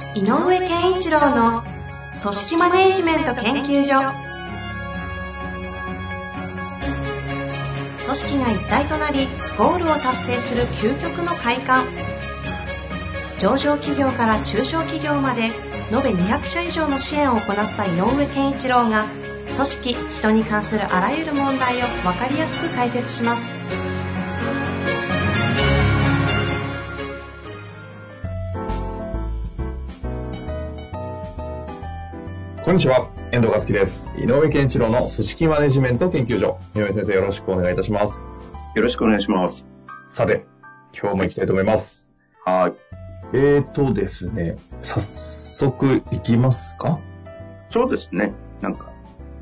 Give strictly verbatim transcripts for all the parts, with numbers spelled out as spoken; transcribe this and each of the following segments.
井上健一郎の組織マネジメント研究所。組織が一体となりゴールを達成する究極の快感。上場企業から中小企業まで延べにひゃくしゃ以上の支援を行った井上健一郎が、組織・人に関するあらゆる問題を分かりやすく解説します。 こんにちは、遠藤和樹です。井上健一郎の組織マネジメント研究所。井上先生、よろしくお願いいたします。 よろしくお願いします。 さて、今日も行きたいと思います。 はい。 えーとですね、早速行きますか？ そうですね。なんか、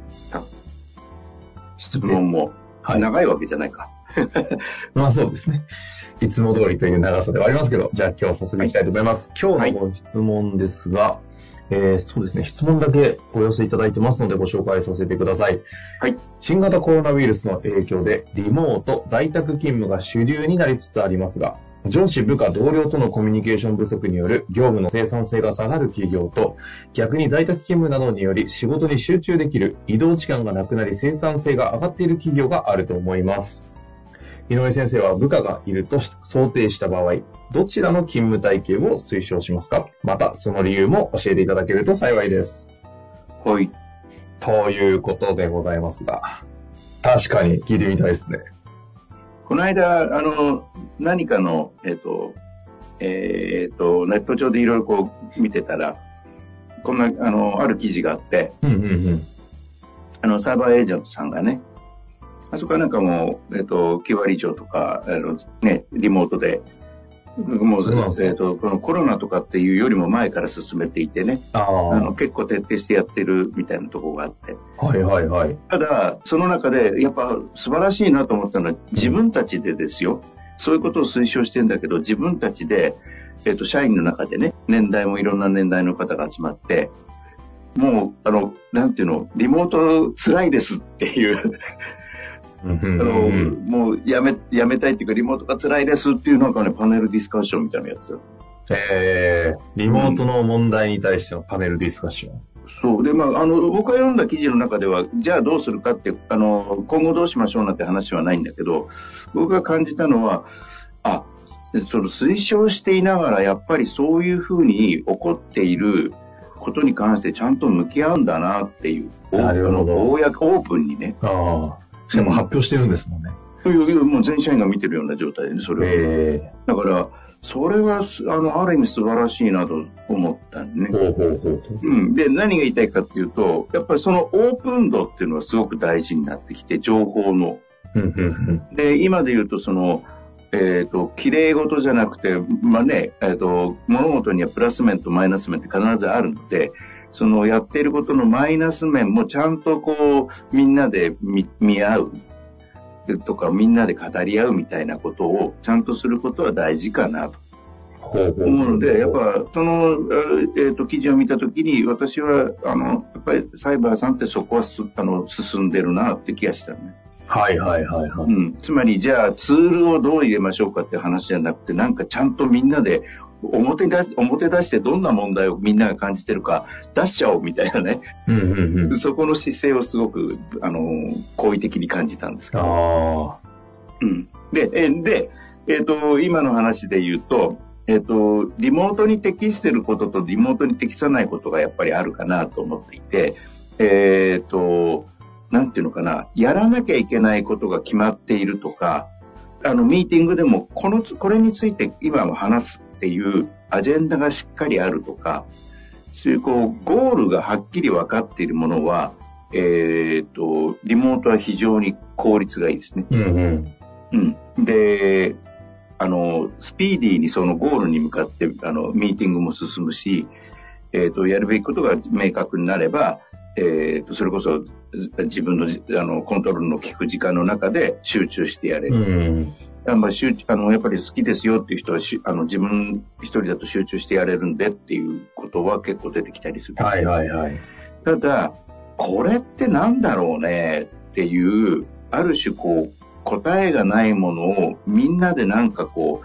質問も長いわけじゃないか。 まあそうですね。いつも通りという長さではありますけど、じゃあ今日早速行きたいと思います。はい、今日のご質問ですが、はいえー、そうですね、質問だけお寄せいただいてますのでご紹介させてください。 はい。 新型コロナウイルスの影響でリモート、在宅勤務が主流になりつつありますが、上司、部下、同僚とのコミュニケーション不足による業務の生産性が下がる企業と、逆に在宅勤務などにより仕事に集中できる移動時間がなくなり生産性が上がっている企業があると思います。井上先生は部下がいると想定した場合、どちらの勤務体系を推奨しますか？またその理由も教えていただけると幸いです。 はい。 ということでございますが、確かに聞いてみたいですね。 この間、あの、何かの、えっと、えっと、ネット上でいろいろこう見てたら、こんな、あの、ある記事があって、 うんうんうん、 あの、サーバーエージェントさんがね、あそこはなんかもう、えっと、きゅうわり以上とか、あの、ね、リモートで、もう、えっと、このコロナとかっていうよりも前から進めていてね、 ああの結構徹底してやってるみたいなところがあって。 はいはいはい。 ただ、その中で、やっぱ素晴らしいなと思ったのは、自分たちでですよ、そういうことを推奨してるんだけど、自分たちで、えっと、社員の中でね、年代もいろんな年代の方が集まって、もう、あの、なんていうの、リモート辛いですっていうあのもうやめ、やめたいっていうかリモートが辛いですっていうなんかねパネルディスカッションみたいなやつよ。 えー、リモートの問題に対してのパネルディスカッション、うん、 そうで、まあ、あの僕が読んだ記事の中ではじゃあどうするかってあの今後どうしましょうなんて話はないんだけど、僕が感じたのはあその推奨していながらやっぱりそういうふうに起こっていることに関してちゃんと向き合うんだなっていう。 なるほど。 公オープンにね。 ああ。しかも発表してるんですもんね。 うん、いやいやもう全社員が見てるような状態でね、それは。 えー、 だから、それは、あの、ある意味素晴らしいなと思ったね。 ほうほうほうほう。 うん。で、何が言いたいかっていうと、やっぱりそのオープン度っていうのはすごく大事になってきて、情報の。で、今で言うと、その、えっと、綺麗事じゃなくて、まあね、えっと、物事にはプラス面とマイナス面って必ずあるので、そのやっていることのマイナス面もちゃんとこうみんなで 見, 見合うとかみんなで語り合うみたいなことをちゃんとすることは大事かなと思うので、やっぱその、えー、と記事を見たときに私はあのやっぱりサイバーさんってそこはすあの進んでるなって気がしたね。 はいはいはいはい、 うん、つまりじゃあツールをどう入れましょうかって話じゃなくて、なんかちゃんとみんなで表に出し、表出してどんな問題をみんなが感じてるか出しちゃおうみたいなね、 うんうんうん、 そこの姿勢をすごくあの好意的に感じたんですけど、 あ、 うん、で、えで、えーと、今の話で言うと、えーと、リモートに適していることとリモートに適さないことがやっぱりあるかなと思っていて、えーと、なんていうのかな、やらなきゃいけないことが決まっているとか、あのミーティングでもこのこれについて今も話すっていうアジェンダがしっかりあるとか、そういうこうゴールがはっきり分かっているものは、えーと、リモートは非常に効率がいいですね。 うんうんうん、で、あのスピーディーにそのゴールに向かってあのミーティングも進むし、えーと、やるべきことが明確になれば、えーと、それこそ自分の、あのコントロールの効く時間の中で集中してやれる。 うんやっぱ集あのやっぱり好きですよっていう人はしあの自分一人だと集中してやれるんでっていうことは結構出てきたりする。 はいはいはい。 ただこれってなんだろうねっていうある種こう答えがないものをみんなでなんかこ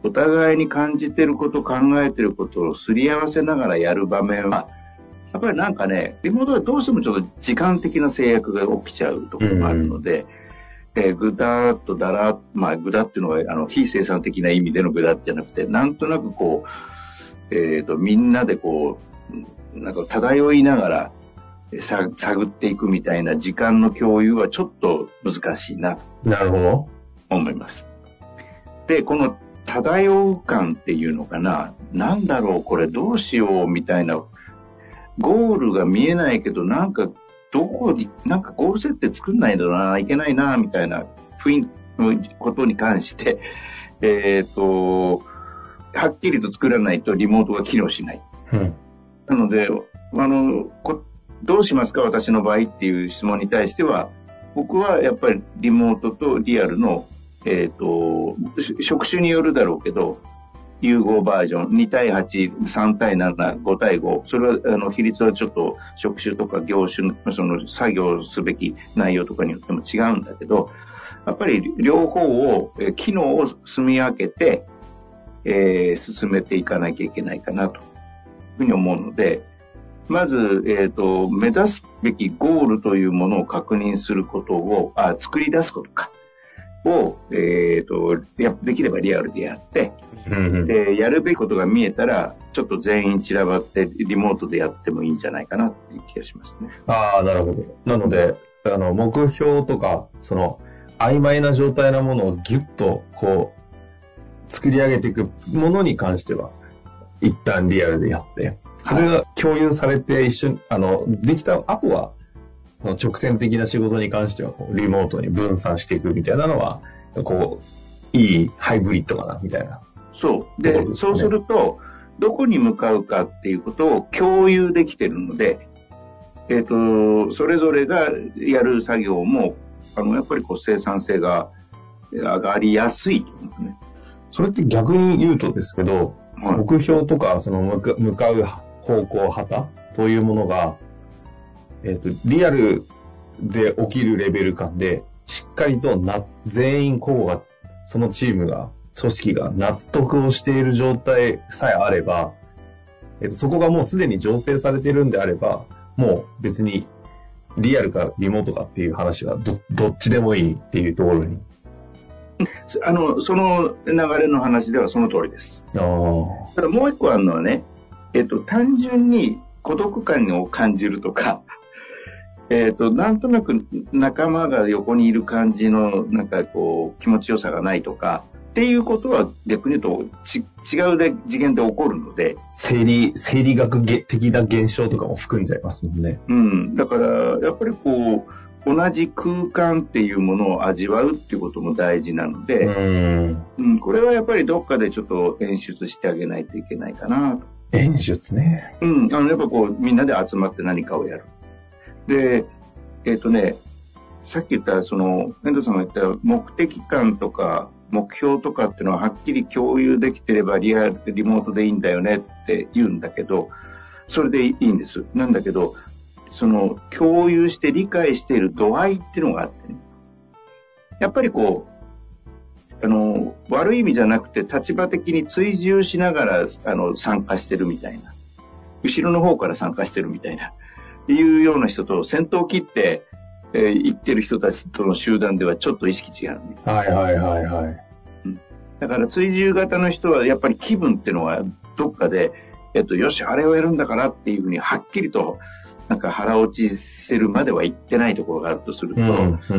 お互いに感じてること、考えてることをすり合わせながらやる場面は、やっぱりなんかね、リモートはどうしてもちょっと時間的な制約が起きちゃうところもあるので、うんえー、ぐだーっとだら、まあ、ぐだっていうのは、あの、非生産的な意味でのぐだじゃなくて、なんとなくこう、えっと、みんなでこう、なんか漂いながら、さ探っていくみたいな時間の共有はちょっと難しいな。 なるほど。 思います。で、この漂う感っていうのかな、なんだろうこれどうしようみたいな、ゴールが見えないけどなんかどこになんかゴール設定作んないとないけないなみたいな雰囲気のことに関してえっとはっきりと作らないとリモートが機能しない、うん、なのであのこどうしますか私の場合っていう質問に対しては僕はやっぱりリモートとリアルのえっと職種によるだろうけど融合バージョンに対はち、さん対なな、ご対ご、それはあの比率はちょっと職種とか業種のその作業すべき内容とかによっても違うんだけど、やっぱり両方を機能を住み分けて、えー、進めていかなきゃいけないかなというふうに思うので、まず、えっと、目指すべきゴールというものを確認することを、あ、作り出すことか。を、えーと、やできればリアルでやって、でやるべきことが見えたらちょっと全員散らばってリモートでやってもいいんじゃないかなっていう気がしますね。 ああ、なるほど。なのであの目標とかその曖昧な状態なものをギュッとこう作り上げていくものに関しては一旦リアルでやってそれが共有されて一緒にあのできた後は直線的な仕事に関してはこうリモートに分散していくみたいなのはこういいハイブリッドかなみたいな。 そうで、ね、そうするとどこに向かうかっていうことを共有できてるので、えっとそれぞれがやる作業もあのやっぱりこう生産性が上がりやすいと思うね。 それって逆に言うとですけど、はい、目標とかその向か、向かう方向旗というものがえっと、リアルで起きるレベル感で、しっかりとな、全員個々が、そのチームが、組織が納得をしている状態さえあれば、えっと、そこがもうすでに醸成されているんであれば、もう別に、リアルかリモートかっていう話はど、どっちでもいいっていうところに。 あの、その流れの話ではその通りです。ああ。ただもう一個あるのはね、えっと、単純に孤独感を感じるとか、えっと、なんとなく仲間が横にいる感じのなんかこう気持ちよさがないとかっていうことは逆に言うとち違う次元で起こるので生理、生理学的な現象とかも含んじゃいますもんね。 うん。だからやっぱりこう同じ空間っていうものを味わうっていうことも大事なので、うんうん、これはやっぱりどっかでちょっと演出してあげないといけないかなと。 演出ね。 うん。あのやっぱこうみんなで集まって何かをやる。で、えっとね、さっき言ったその遠藤さんが言った目的感とか目標とかっていうのははっきり共有できてればリアルでリモートでいいんだよねって言うんだけど、それでいいんです。なんだけど、その共有して理解している度合いっていうのがあってね、やっぱりこうあの悪い意味じゃなくて立場的に追従しながらあの参加してるみたいな、後ろの方から参加してるみたいないうような人と先頭を切って、えー、行ってる人たちとの集団ではちょっと意識違う、ね。 はいはいはいはい。 うん、だから追従型の人はやっぱり気分っていうのはどっかで、えっと、よし、あれをやるんだからっていうふうにはっきりとなんか腹落ちせるまでは行ってないところがあるとすると、うんうん、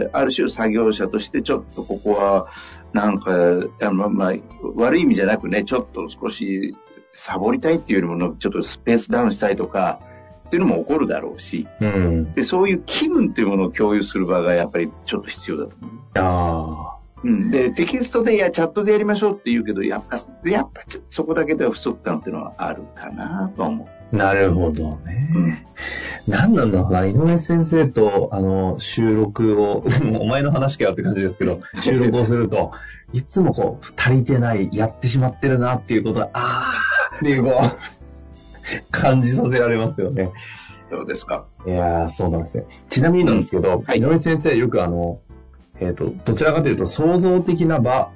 ある種作業者としてちょっとここはなんか、あのまあ、悪い意味じゃなくね、ちょっと少しサボりたいっていうよりもちょっとスペースダウンしたいとか、っていうのも起こるだろうし、うん、でそういう気分というものを共有する場がやっぱりちょっと必要だと思う。あ、うん、でテキストでやチャットでやりましょうって言うけどやっぱやっぱちょっとそこだけでは不足感っていうのはあるかなと思う。なるほどね。うん、何なんだろうな、井上先生とあの収録をお前の話かよって感じですけど収録をするといつもこう足りてないやってしまってるなっていうことはあーっていうこう感じさせられますよね。 どうですか？ いやー、そうなんですね。ちなみになんですけど、うんはい、井上先生よくあの、えっと、どちらかというと創造的な場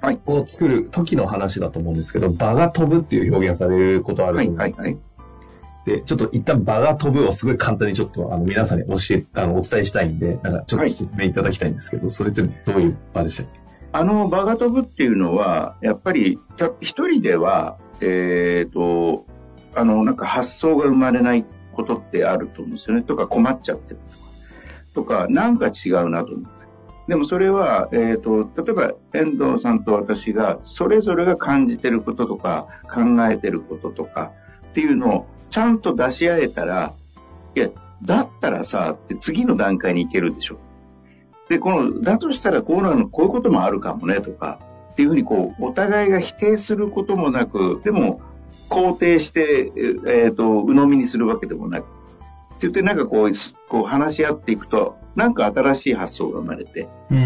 を作る時の話だと思うんですけど、場が飛ぶっていう表現をされることあると思うんです。はいはいはい。で、ちょっと一旦場が飛ぶをすごい簡単にちょっとあの皆さんに教え、あのお伝えしたいんで、なんかちょっと説明いただきたいんですけど、はい、それってどういう場でしたっけ？ あの場が飛ぶっていうのは、やっぱり一人では、えっと、あの、なんか発想が生まれないことってあると思うんですよね。とか困っちゃってるとか、なんか違うなと思って。でもそれは、えっと、例えば遠藤さんと私がそれぞれが感じてることとか考えてることとかっていうのをちゃんと出し合えたら、いや、だったらさ、って次の段階に行けるでしょ。で、この、だとしたらこうなの、こういうこともあるかもねとか、っていうふうにこう、お互いが否定することもなく、でも、肯定して、えっと、鵜呑みにするわけでもなく、って言ってなんかこう、こう話し合っていくと、なんか新しい発想が生まれて、うん。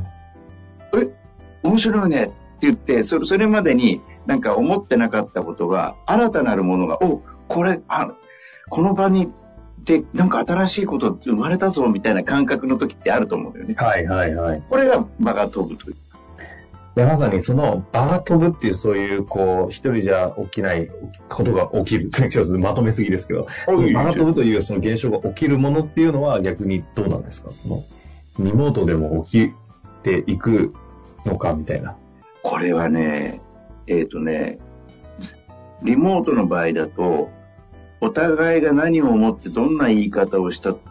え、面白いねって言って、それ、それまでになんか思ってなかったことが、新たなるものが、お、これ、あ、この場に、で、なんか新しいこと生まれたぞみたいな感覚の時ってあると思うんだよね。 はいはいはい。 これが場が飛ぶという。 でまさにその場が飛ぶっていうそういうこう一人じゃ起きないことが起きるちょっとまとめすぎですけど、そういう場が飛ぶというその現象が起きるものっていうのは逆にどうなんですか？そのリモートでも起きていくのかみたいな。 これはね、えっとね、リモートの場合だとお互いが何を思ってどんな言い方をしたって、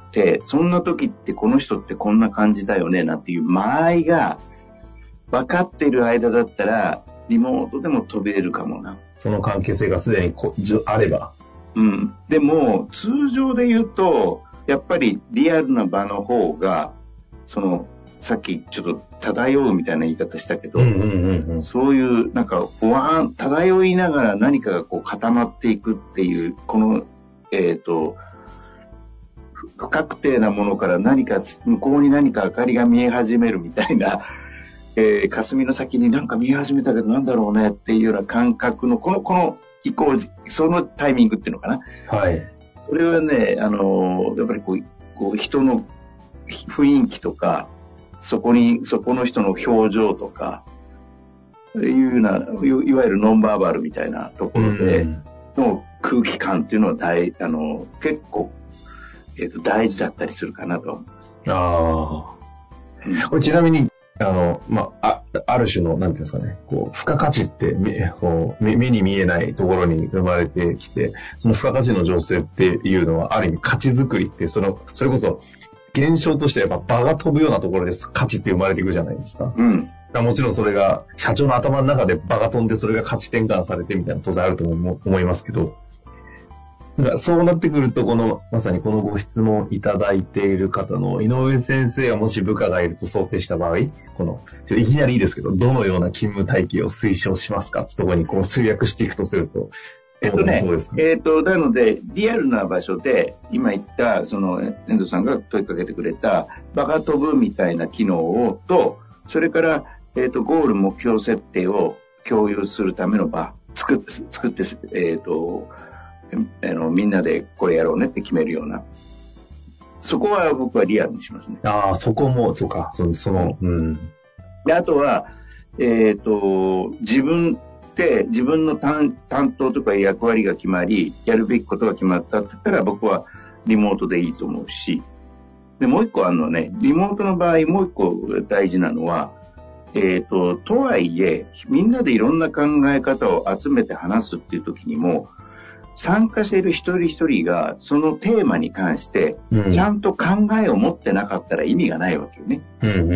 そんな時ってこの人ってこんな感じだよねなんていう間合いが分かっている間だったらリモートでも飛べるかもな。 その関係性がすでにこあれば。 うん。でも通常で言うとやっぱりリアルな場の方がそのさっきちょっと漂うみたいな言い方したけど、うんうんうんうん、そういうなんか不安漂いながら何かがこう固まっていくっていうこのえっと不確定なものから何か向こうに何か明かりが見え始めるみたいな。えー、霞の先になんか見え始めたけどなんだろうねっていうような感覚のこのこの移行そのタイミングっていうのかな。はい。それはね、あのー、やっぱりこう、こう人の雰囲気とかそこにそこの人の表情とかいうようないわゆるノンバーバルみたいなところでの空気感っていうのは大あの結構、えーと、大事だったりするかなと思います。ああ、うん、これちなみにあの、まあ、あ、ある種の、なんていうんですかね、こう、付加価値って、こう、目に見えないところに生まれてきて、その付加価値の醸成っていうのは、ある意味価値づくりって、その、それこそ、現象としてやっぱ場が飛ぶようなところです。価値って生まれていくじゃないですか。うん。もちろんそれが、社長の頭の中で場が飛んで、それが価値転換されてみたいな当然あると思いますけど、そうなってくると、この、まさにこのご質問いただいている方の井上先生がもし部下がいると想定した場合、この、いきなりいいですけど、どのような勤務体系を推奨しますかってところにこう集約していくとすると、 えっとね、そうですかね。えっと、なので、リアルな場所で、今言った、その、遠藤さんが問いかけてくれた、場が飛ぶみたいな機能を、と、それから、えっと、ゴール目標設定を共有するための場、作って、作って、えっと、あのみんなでこれやろうねって決めるような、そこは僕はリアルにしますね。 ああ、そこもそうか、その、その、うん。 で、あとは、えっと、自分で自分の担担当とか役割が決まり、やるべきことが決まったって言ったら僕はリモートでいいと思うし、でもう一個あのね、リモートの場合もう一個大事なのは、えっと、とはいえみんなでいろんな考え方を集めて話すっていう時にも。参加している一人一人がそのテーマに関してちゃんと考えを持ってなかったら意味がないわけよね。うんうんうん、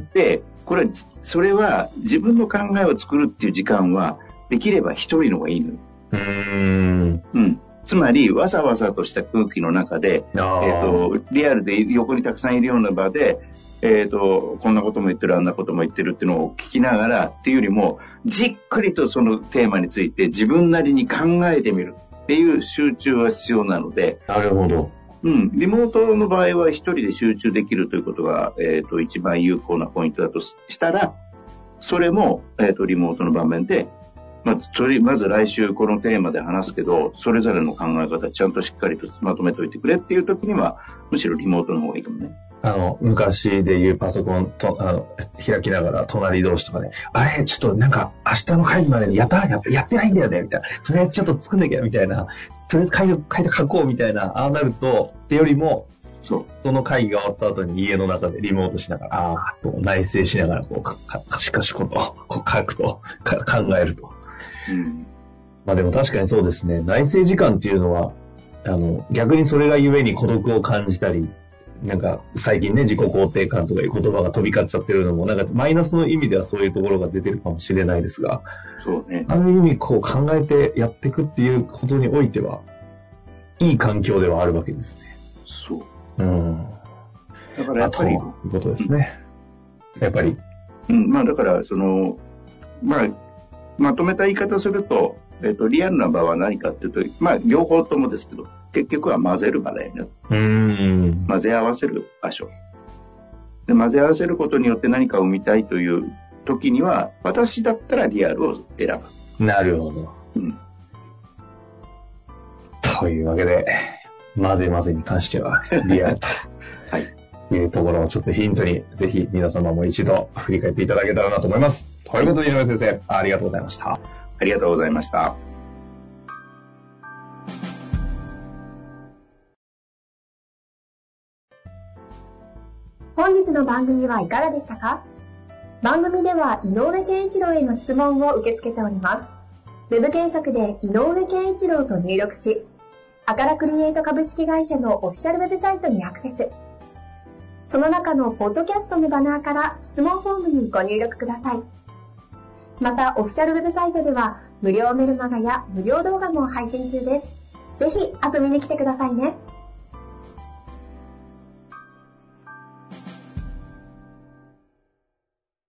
で、これそれは自分の考えを作るっていう時間はできれば一人の方がいいのよ。うーん、うん。つまりわさわさとした空気の中で、えーと、リアルで横にたくさんいるような場で、えーと、こんなことも言ってるあんなことも言ってるっていうのを聞きながらっていうよりもじっくりとそのテーマについて自分なりに考えてみるっていう集中は必要なので。 なるほど。 うん。リモートの場合は一人で集中できるということが、えっと、一番有効なポイントだとしたら、それも、えっと、リモートの場面で、まず、まず来週このテーマで話すけど、それぞれの考え方ちゃんとしっかりとまとめておいてくれっていう時には、むしろリモートの方がいいかもね。 あの、昔でいうパソコンと、あの、開きながら隣同士とかで、あれ、ちょっとなんか明日の会議までにやったややってないんだよねみたいな。とりあえずちょっと作んなきゃみたいな。とりあえず書いて、書いて書こうみたいな。ああなると、ってよりも、そう。その会議が終わった後に家の中でリモートしながら、ああと内省しながら、こう、か、か、かしかしこと、こう書くと、か考えると。うん。まあでも確かにそうですね。内省時間っていうのは、あの、逆にそれがゆえに孤独を感じたり、なんか最近ね、自己肯定感とかいう言葉が飛び交っちゃってるのも、なんかマイナスの意味ではそういうところが出てるかもしれないですが、 そうね。 ある意味こう考えてやっていくっていうことにおいては、いい環境ではあるわけですね。 そう。 うん。 だからやっぱり。 ということですね。やっぱり。 うん、まあだから、その、まあ、まとめた言い方すると、えっと、リアルな場は何かっていうと、まあ、両方ともですけど、結局は混ぜる場だよね。 うーん。 混ぜ合わせる場所。で、混ぜ合わせることによって何かを見たいという時には、私だったらリアルを選ぶ。なるほど。うん。というわけで、混ぜ混ぜに関しては、リアルと。はい。いうところをちょっとヒントに、ぜひ皆様も一度振り返っていただけたらなと思います。ということで、井上先生、ありがとうございました。 ありがとうございました。 本日の番組はいかがでしたか？番組では井上健一郎への質問を受け付けております。ウェブ検索で井上健一郎と入力し、アカラクリエイト株式会社のオフィシャルウェブサイトにアクセス。その中のポッドキャストのバナーから質問フォームにご入力ください。また、オフィシャルウェブサイトでは無料メルマガや無料動画も配信中です。ぜひ遊びに来てくださいね。